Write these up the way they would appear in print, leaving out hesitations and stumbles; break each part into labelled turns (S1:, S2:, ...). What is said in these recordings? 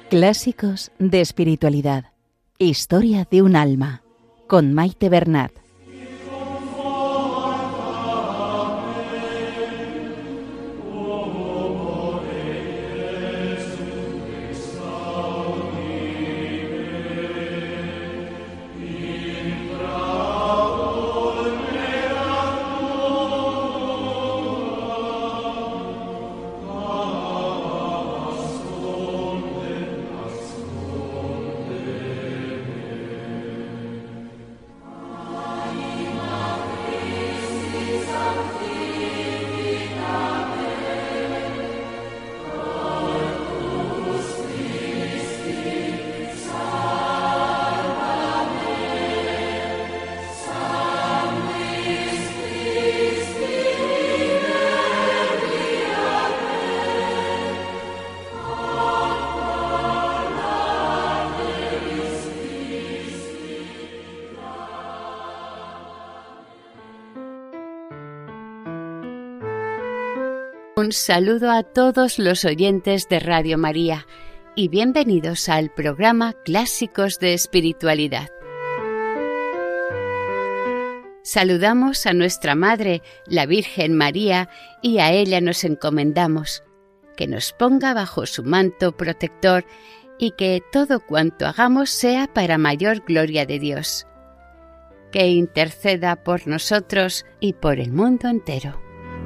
S1: Clásicos de espiritualidad. Historia de un alma. Con Maite Bernat.
S2: Un saludo a todos los oyentes de Radio María y bienvenidos al programa Clásicos de Espiritualidad. Saludamos a nuestra Madre, la Virgen María, y a ella nos encomendamos, que nos ponga bajo su manto protector y que todo cuanto hagamos sea para mayor gloria de Dios. Que interceda por nosotros y por el mundo entero.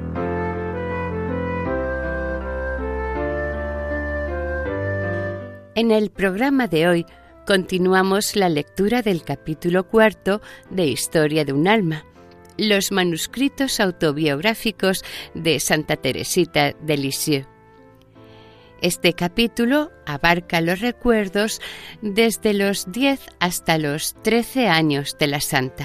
S2: En el programa de hoy continuamos la lectura del capítulo 4 de Historia de un alma, los manuscritos autobiográficos de Santa Teresita de Lisieux. Este capítulo abarca los recuerdos desde los 10 hasta los 13 años de la santa.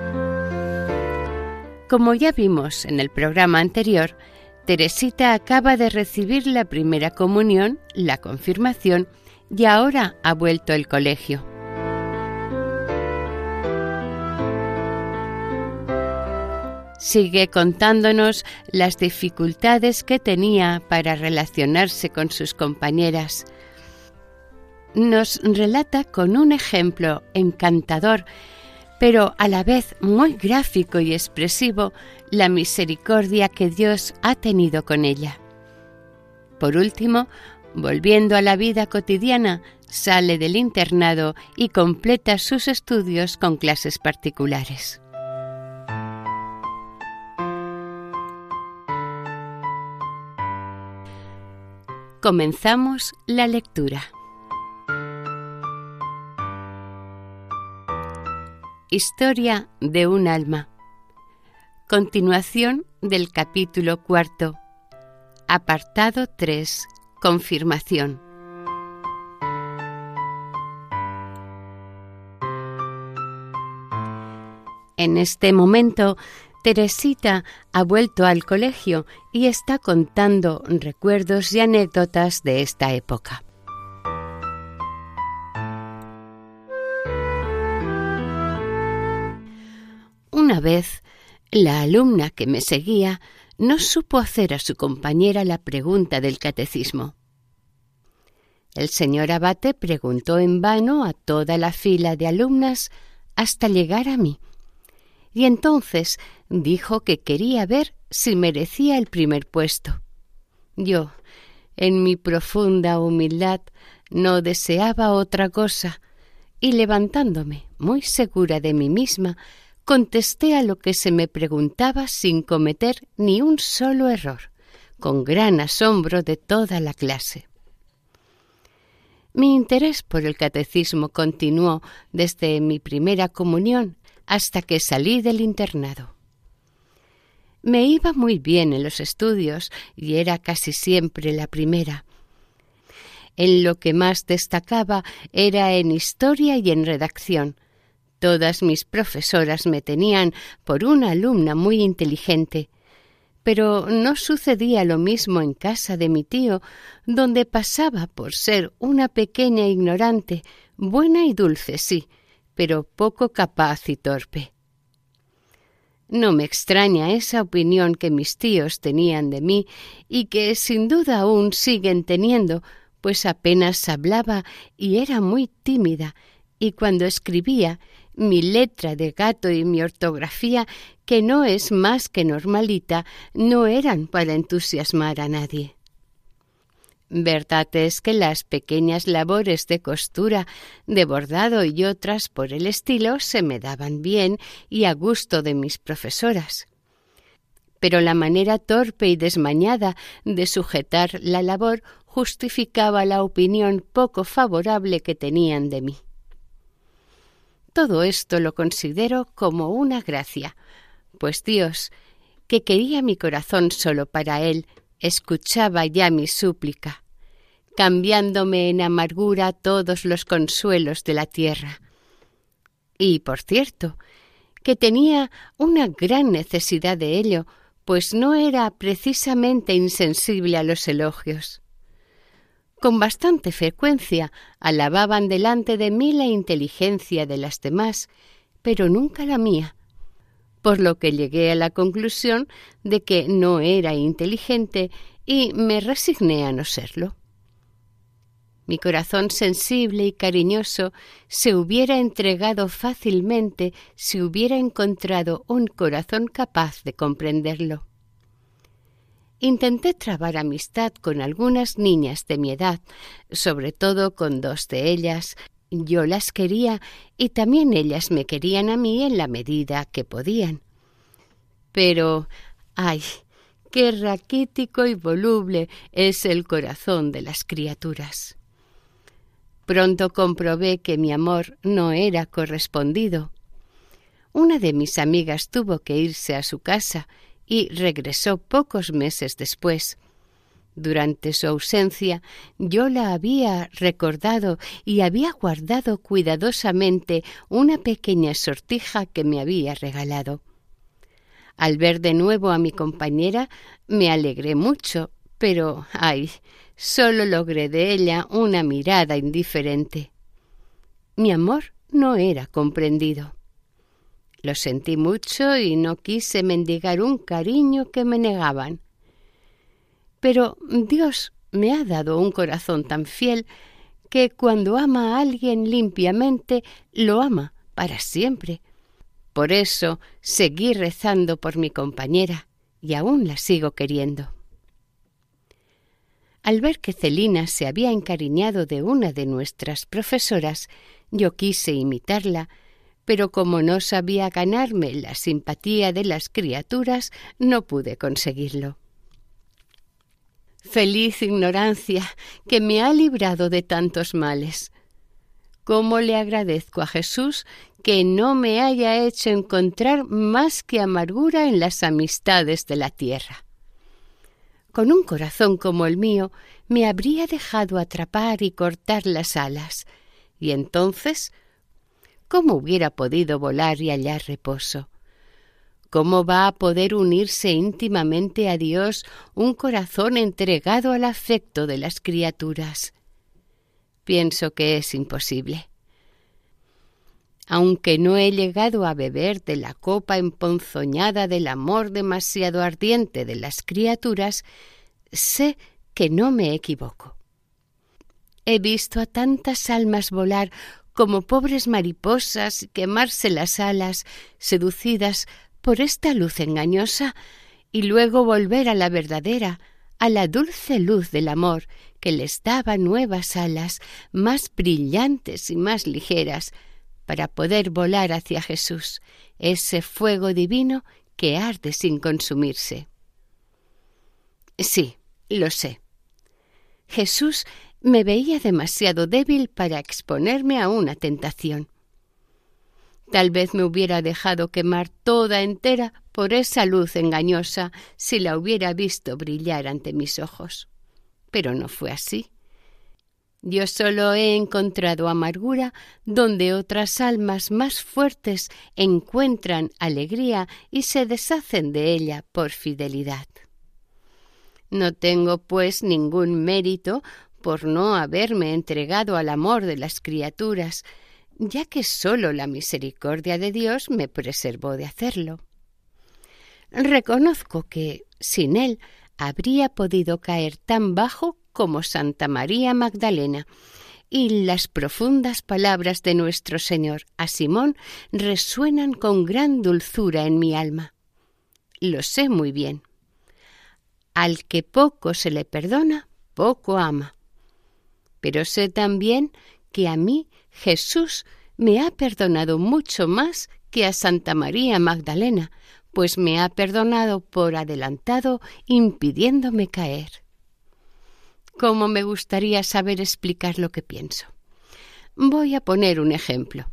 S2: Como ya vimos en el programa anterior, Teresita acaba de recibir la primera comunión, la confirmación, y ahora ha vuelto al colegio. Sigue contándonos las dificultades que tenía para relacionarse con sus compañeras. Nos relata con un ejemplo encantador, pero a la vez muy gráfico y expresivo, la misericordia que Dios ha tenido con ella. Por último, volviendo a la vida cotidiana, sale del internado y completa sus estudios con clases particulares. Comenzamos la lectura. Historia de un alma. Continuación del capítulo 4. Apartado 3. Confirmación. En este momento, Teresita ha vuelto al colegio y está contando recuerdos y anécdotas de esta época. Una vez, la alumna que me seguía no supo hacer a su compañera la pregunta del catecismo. El señor abate preguntó en vano a toda la fila de alumnas hasta llegar a mí, y entonces dijo que quería ver si merecía el primer puesto. Yo, en mi profunda humildad, no deseaba otra cosa, y levantándome, muy segura de mí misma, contesté a lo que se me preguntaba sin cometer ni un solo error, con gran asombro de toda la clase. Mi interés por el catecismo continuó desde mi primera comunión hasta que salí del internado. Me iba muy bien en los estudios y era casi siempre la primera. En lo que más destacaba era en historia y en redacción. Todas mis profesoras me tenían por una alumna muy inteligente, pero no sucedía lo mismo en casa de mi tío, donde pasaba por ser una pequeña ignorante, buena y dulce, sí, pero poco capaz y torpe. No me extraña esa opinión que mis tíos tenían de mí y que sin duda aún siguen teniendo, pues apenas hablaba y era muy tímida, y cuando escribía, mi letra de gato y mi ortografía, que no es más que normalita, no eran para entusiasmar a nadie. Verdad es que las pequeñas labores de costura, de bordado y otras por el estilo se me daban bien y a gusto de mis profesoras. Pero la manera torpe y desmañada de sujetar la labor justificaba la opinión poco favorable que tenían de mí. Todo esto lo considero como una gracia, pues Dios, que quería mi corazón solo para Él, escuchaba ya mi súplica, cambiándome en amargura todos los consuelos de la tierra. Y, por cierto, que tenía una gran necesidad de ello, pues no era precisamente insensible a los elogios. Con bastante frecuencia alababan delante de mí la inteligencia de las demás, pero nunca la mía, por lo que llegué a la conclusión de que no era inteligente y me resigné a no serlo. Mi corazón sensible y cariñoso se hubiera entregado fácilmente si hubiera encontrado un corazón capaz de comprenderlo. Intenté trabar amistad con algunas niñas de mi edad, sobre todo con 2 de ellas. Yo las quería y también ellas me querían a mí en la medida que podían. Pero, ¡ay!, qué raquítico y voluble es el corazón de las criaturas. Pronto comprobé que mi amor no era correspondido. Una de mis amigas tuvo que irse a su casa y regresó pocos meses después. Durante su ausencia yo la había recordado y había guardado cuidadosamente una pequeña sortija que me había regalado. Al ver de nuevo a mi compañera me alegré mucho, pero ¡ay!, solo logré de ella una mirada indiferente. Mi amor no era comprendido. Lo sentí mucho y no quise mendigar un cariño que me negaban. Pero Dios me ha dado un corazón tan fiel que cuando ama a alguien limpiamente, lo ama para siempre. Por eso seguí rezando por mi compañera y aún la sigo queriendo. Al ver que Celina se había encariñado de una de nuestras profesoras, yo quise imitarla, pero como no sabía ganarme la simpatía de las criaturas, no pude conseguirlo. Feliz ignorancia, que me ha librado de tantos males. ¿Cómo le agradezco a Jesús que no me haya hecho encontrar más que amargura en las amistades de la tierra? Con un corazón como el mío, me habría dejado atrapar y cortar las alas, y entonces, ¿cómo hubiera podido volar y hallar reposo? ¿Cómo va a poder unirse íntimamente a Dios un corazón entregado al afecto de las criaturas? Pienso que es imposible. Aunque no he llegado a beber de la copa emponzoñada del amor demasiado ardiente de las criaturas, sé que no me equivoco. He visto a tantas almas volar como pobres mariposas y quemarse las alas, seducidas por esta luz engañosa, y luego volver a la verdadera, a la dulce luz del amor que les daba nuevas alas, más brillantes y más ligeras, para poder volar hacia Jesús, ese fuego divino que arde sin consumirse. Sí, lo sé. Jesús me veía demasiado débil para exponerme a una tentación. Tal vez me hubiera dejado quemar toda entera por esa luz engañosa si la hubiera visto brillar ante mis ojos. Pero no fue así. Yo solo he encontrado amargura donde otras almas más fuertes encuentran alegría y se deshacen de ella por fidelidad. No tengo, pues, ningún mérito por no haberme entregado al amor de las criaturas, ya que sólo la misericordia de Dios me preservó de hacerlo. Reconozco que, sin Él, habría podido caer tan bajo como Santa María Magdalena, y las profundas palabras de nuestro Señor a Simón resuenan con gran dulzura en mi alma. Lo sé muy bien. Al que poco se le perdona, poco ama. Pero sé también que a mí Jesús me ha perdonado mucho más que a Santa María Magdalena, pues me ha perdonado por adelantado, impidiéndome caer. Cómo me gustaría saber explicar lo que pienso. Voy a poner un ejemplo.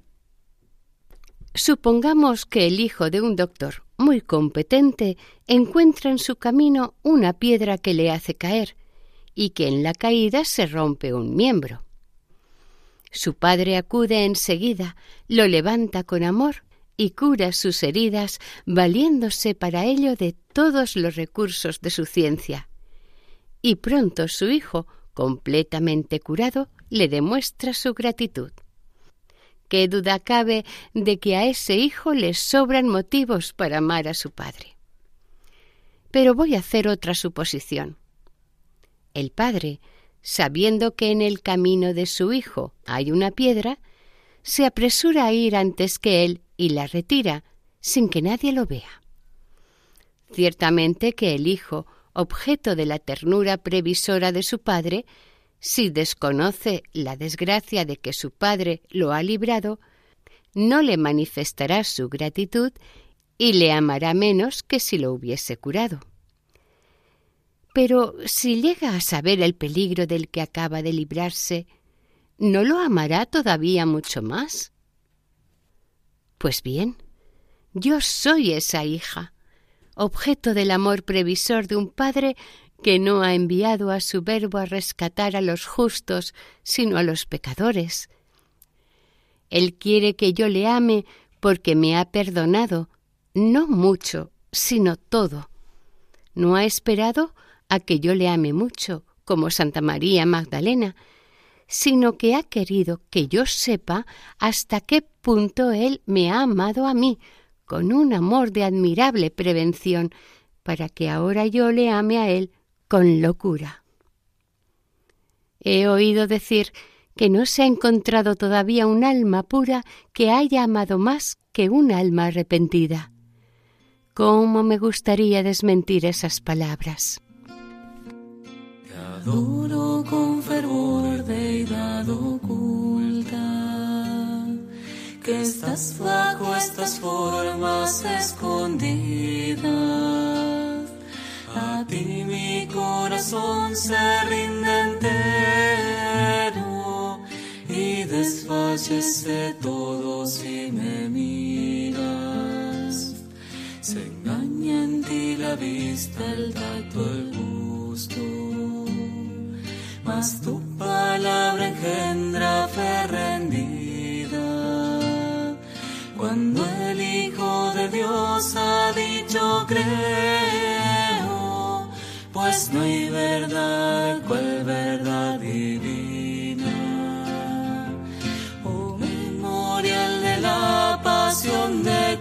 S2: Supongamos que el hijo de un doctor muy competente encuentra en su camino una piedra que le hace caer y que en la caída se rompe un miembro. Su padre acude enseguida, lo levanta con amor y cura sus heridas, valiéndose para ello de todos los recursos de su ciencia. Y pronto su hijo, completamente curado, le demuestra su gratitud. ¿Qué duda cabe de que a ese hijo le sobran motivos para amar a su padre? Pero voy a hacer otra suposición. El padre, sabiendo que en el camino de su hijo hay una piedra, se apresura a ir antes que él y la retira, sin que nadie lo vea. Ciertamente que el hijo, objeto de la ternura previsora de su padre, si desconoce la desgracia de que su padre lo ha librado, no le manifestará su gratitud y le amará menos que si lo hubiese curado. Pero si llega a saber el peligro del que acaba de librarse, ¿no lo amará todavía mucho más? Pues bien, yo soy esa hija, objeto del amor previsor de un padre que no ha enviado a su verbo a rescatar a los justos, sino a los pecadores. Él quiere que yo le ame porque me ha perdonado, no mucho, sino todo. No ha esperado a que yo le ame mucho, como Santa María Magdalena, sino que ha querido que yo sepa hasta qué punto Él me ha amado a mí, con un amor de admirable prevención, para que ahora yo le ame a Él con locura. He oído decir que no se ha encontrado todavía un alma pura que haya amado más que un alma arrepentida. ¿Cómo me gustaría desmentir esas palabras?
S3: Te adoro con fervor, deidad oculta, que estás bajo estas formas escondidas. A ti mi corazón se rinde entero y desfallece todo si me miras. Se engaña en ti la vista, el tacto, el gusto, mas tu palabra engendra fe rendida. Cuando el Hijo de Dios ha dicho creo, pues no hay verdad cual verdad divina. Oh memorial de la pasión de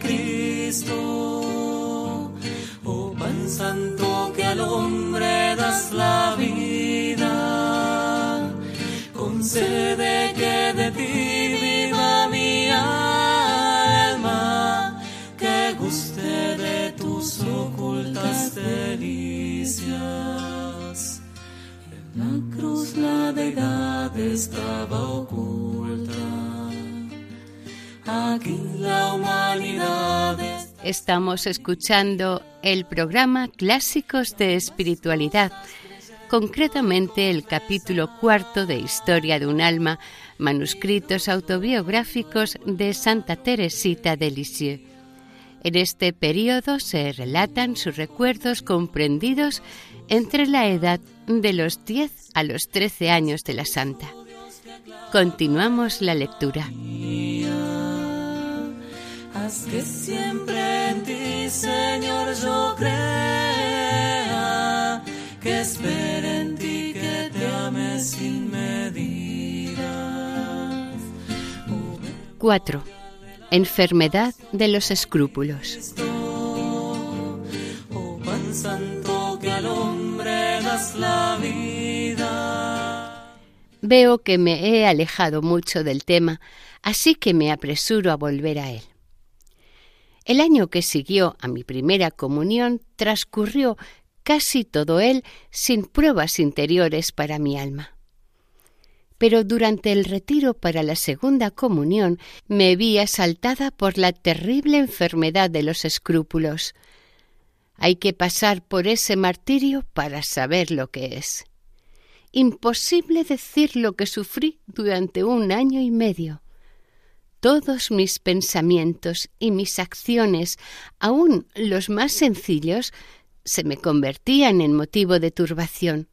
S3: Cristo, oh pan santo que al hombre das la vida, concede que de ti viva mi alma, que guste de tus ocultas delicias. En la cruz la deidad estaba oculta, aquí la humanidad está.
S2: Estamos escuchando el programa Clásicos de Espiritualidad, concretamente el capítulo 4 de Historia de un alma, manuscritos autobiográficos de Santa Teresita de Lisieux. En este periodo se relatan sus recuerdos comprendidos entre la edad de los 10 a los 13 años de la santa. Continuamos la lectura.
S3: Haz que siempre en ti, Señor, yo crea, que espere en ti, que te ame sin medidas.
S2: 4. Enfermedad de los escrúpulos.
S3: Oh pan santo que al hombre das la vida,
S2: Veo que me he alejado mucho del tema, así que me apresuro a volver a él. El año que siguió a mi primera comunión transcurrió casi todo él sin pruebas interiores para mi alma. Pero durante el retiro para la segunda comunión me vi asaltada por la terrible enfermedad de los escrúpulos. Hay que pasar por ese martirio para saber lo que es. Imposible decir lo que sufrí durante 1 año y medio. Todos mis pensamientos y mis acciones, aun los más sencillos, se me convertían en motivo de turbación.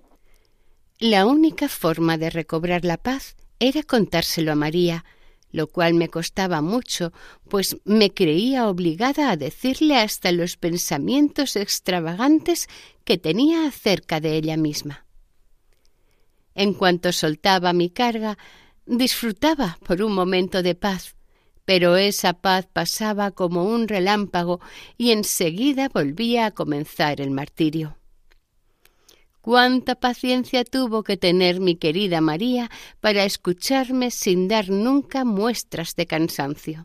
S2: La única forma de recobrar la paz era contárselo a María, lo cual me costaba mucho, pues me creía obligada a decirle hasta los pensamientos extravagantes que tenía acerca de ella misma. En cuanto soltaba mi carga, disfrutaba por un momento de paz, pero esa paz pasaba como un relámpago y enseguida volvía a comenzar el martirio. Cuánta paciencia tuvo que tener mi querida María para escucharme sin dar nunca muestras de cansancio.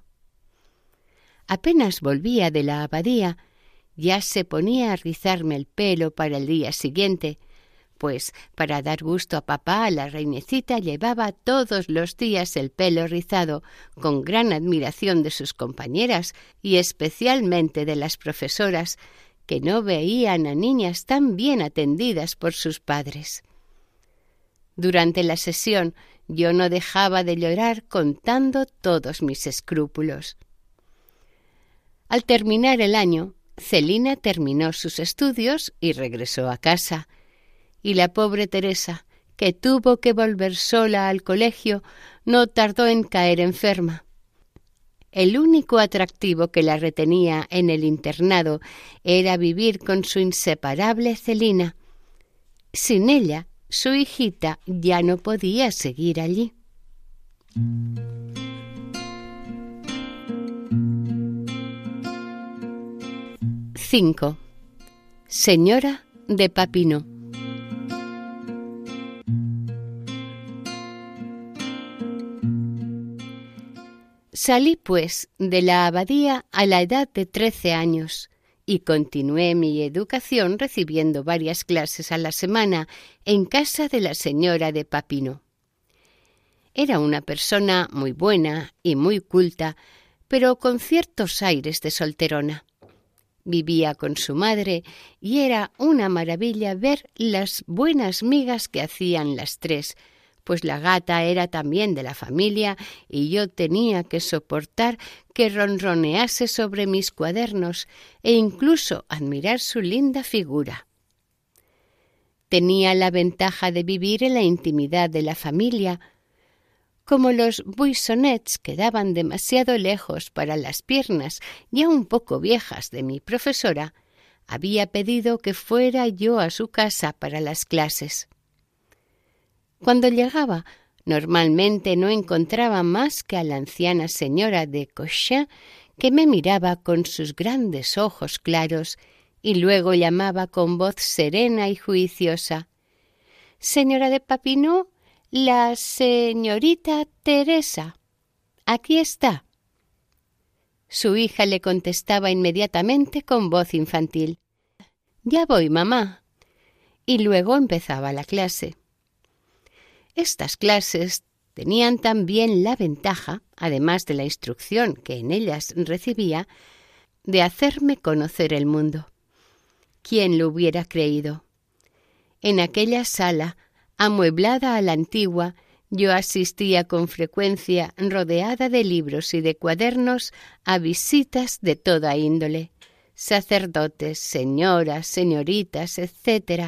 S2: Apenas volvía de la abadía, ya se ponía a rizarme el pelo para el día siguiente, pues para dar gusto a papá la reinecita llevaba todos los días el pelo rizado, con gran admiración de sus compañeras y especialmente de las profesoras, que no veían a niñas tan bien atendidas por sus padres. Durante la sesión yo no dejaba de llorar contando todos mis escrúpulos. Al terminar el año, Celina terminó sus estudios y regresó a casa, y la pobre Teresa, que tuvo que volver sola al colegio, no tardó en caer enferma. El único atractivo que la retenía en el internado era vivir con su inseparable Celina. Sin ella, su hijita ya no podía seguir allí. 5. Señora de Papineau. Salí, pues, de la abadía a la edad de 13 años y continué mi educación recibiendo varias clases a la semana en casa de la señora de Papineau. Era una persona muy buena y muy culta, pero con ciertos aires de solterona. Vivía con su madre y era una maravilla ver las buenas migas que hacían las tres, pues la gata era también de la familia y yo tenía que soportar que ronronease sobre mis cuadernos e incluso admirar su linda figura. Tenía la ventaja de vivir en la intimidad de la familia. Como los buissonets quedaban demasiado lejos para las piernas ya un poco viejas de mi profesora, había pedido que fuera yo a su casa para las clases. Cuando llegaba, normalmente no encontraba más que a la anciana señora de Cochin, que me miraba con sus grandes ojos claros y luego llamaba con voz serena y juiciosa: «Señora de Papineau, la señorita Teresa. Aquí está». Su hija le contestaba inmediatamente con voz infantil: «Ya voy, mamá». Y luego empezaba la clase. Estas clases tenían también la ventaja, además de la instrucción que en ellas recibía, de hacerme conocer el mundo. ¿Quién lo hubiera creído? En aquella sala, amueblada a la antigua, yo asistía con frecuencia, rodeada de libros y de cuadernos, a visitas de toda índole, sacerdotes, señoras, señoritas, etc.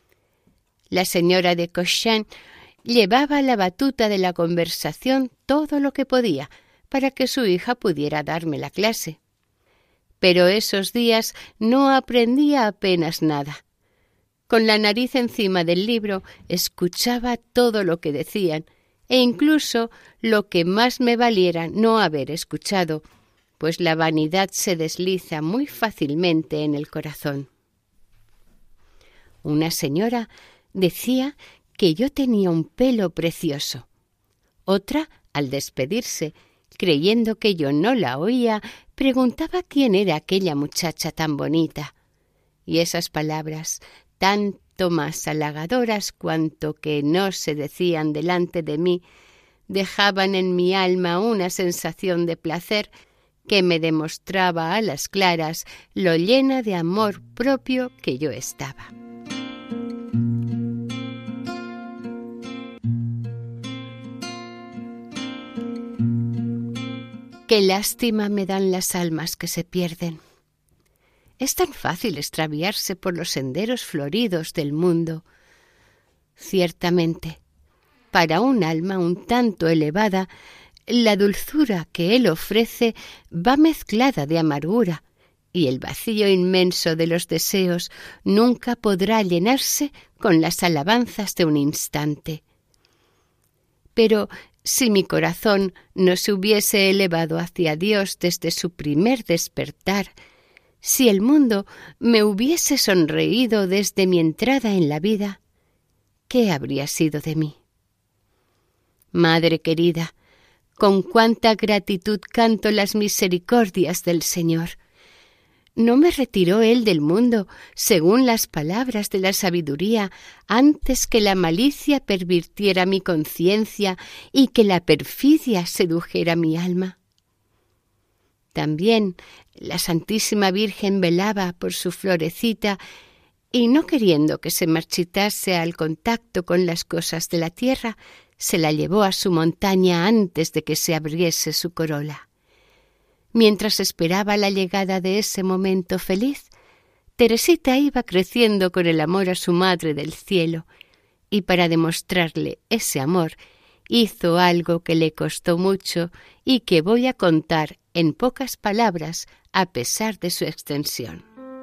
S2: La señora de Cochin llevaba la batuta de la conversación todo lo que podía para que su hija pudiera darme la clase. Pero esos días no aprendía apenas nada. Con la nariz encima del libro escuchaba todo lo que decían e incluso lo que más me valiera no haber escuchado, pues la vanidad se desliza muy fácilmente en el corazón. Una señora decía que yo tenía un pelo precioso. Otra, al despedirse, creyendo que yo no la oía, preguntaba quién era aquella muchacha tan bonita. Y esas palabras, tanto más halagadoras cuanto que no se decían delante de mí, dejaban en mi alma una sensación de placer que me demostraba a las claras lo llena de amor propio que yo estaba. Qué lástima me dan las almas que se pierden. Es tan fácil extraviarse por los senderos floridos del mundo. Ciertamente, para un alma un tanto elevada, la dulzura que él ofrece va mezclada de amargura, y el vacío inmenso de los deseos nunca podrá llenarse con las alabanzas de un instante. Pero si mi corazón no se hubiese elevado hacia Dios desde su primer despertar, si el mundo me hubiese sonreído desde mi entrada en la vida, ¿qué habría sido de mí? Madre querida, con cuánta gratitud canto las misericordias del Señor. ¿No me retiró Él del mundo, según las palabras de la sabiduría, antes que la malicia pervirtiera mi conciencia y que la perfidia sedujera mi alma? También la Santísima Virgen velaba por su florecita y, no queriendo que se marchitase al contacto con las cosas de la tierra, se la llevó a su montaña antes de que se abriese su corola. Mientras esperaba la llegada de ese momento feliz, Teresita iba creciendo con el amor a su Madre del Cielo, y para demostrarle ese amor hizo algo que le costó mucho y que voy a contar en pocas palabras a pesar de su extensión.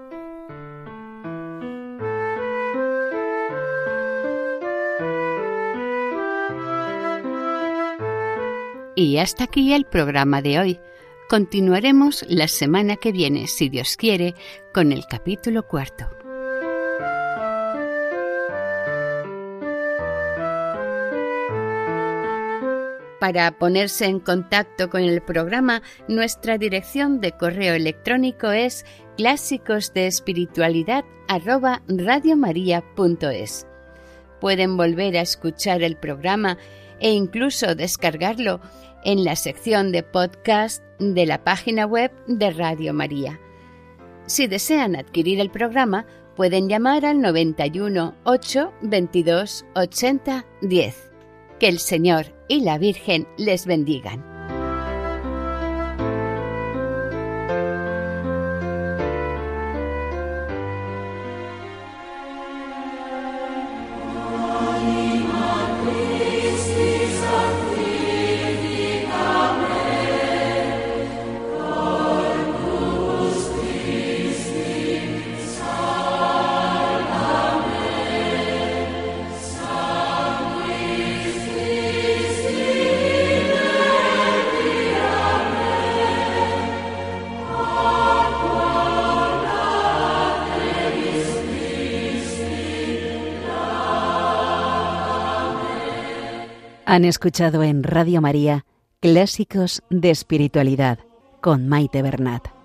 S2: Y hasta aquí el programa de hoy. Continuaremos la semana que viene, si Dios quiere, con el capítulo 4. Para ponerse en contacto con el programa, nuestra dirección de correo electrónico es clásicosdeespiritualidad@radiomaria.es. Pueden volver a escuchar el programa e incluso descargarlo en la sección de podcast de la página web de Radio María. Si desean adquirir el programa, pueden llamar al 91 8 22 80 10. Que el Señor y la Virgen les bendigan.
S1: Han escuchado en Radio María Clásicos de Espiritualidad con Maite Bernat.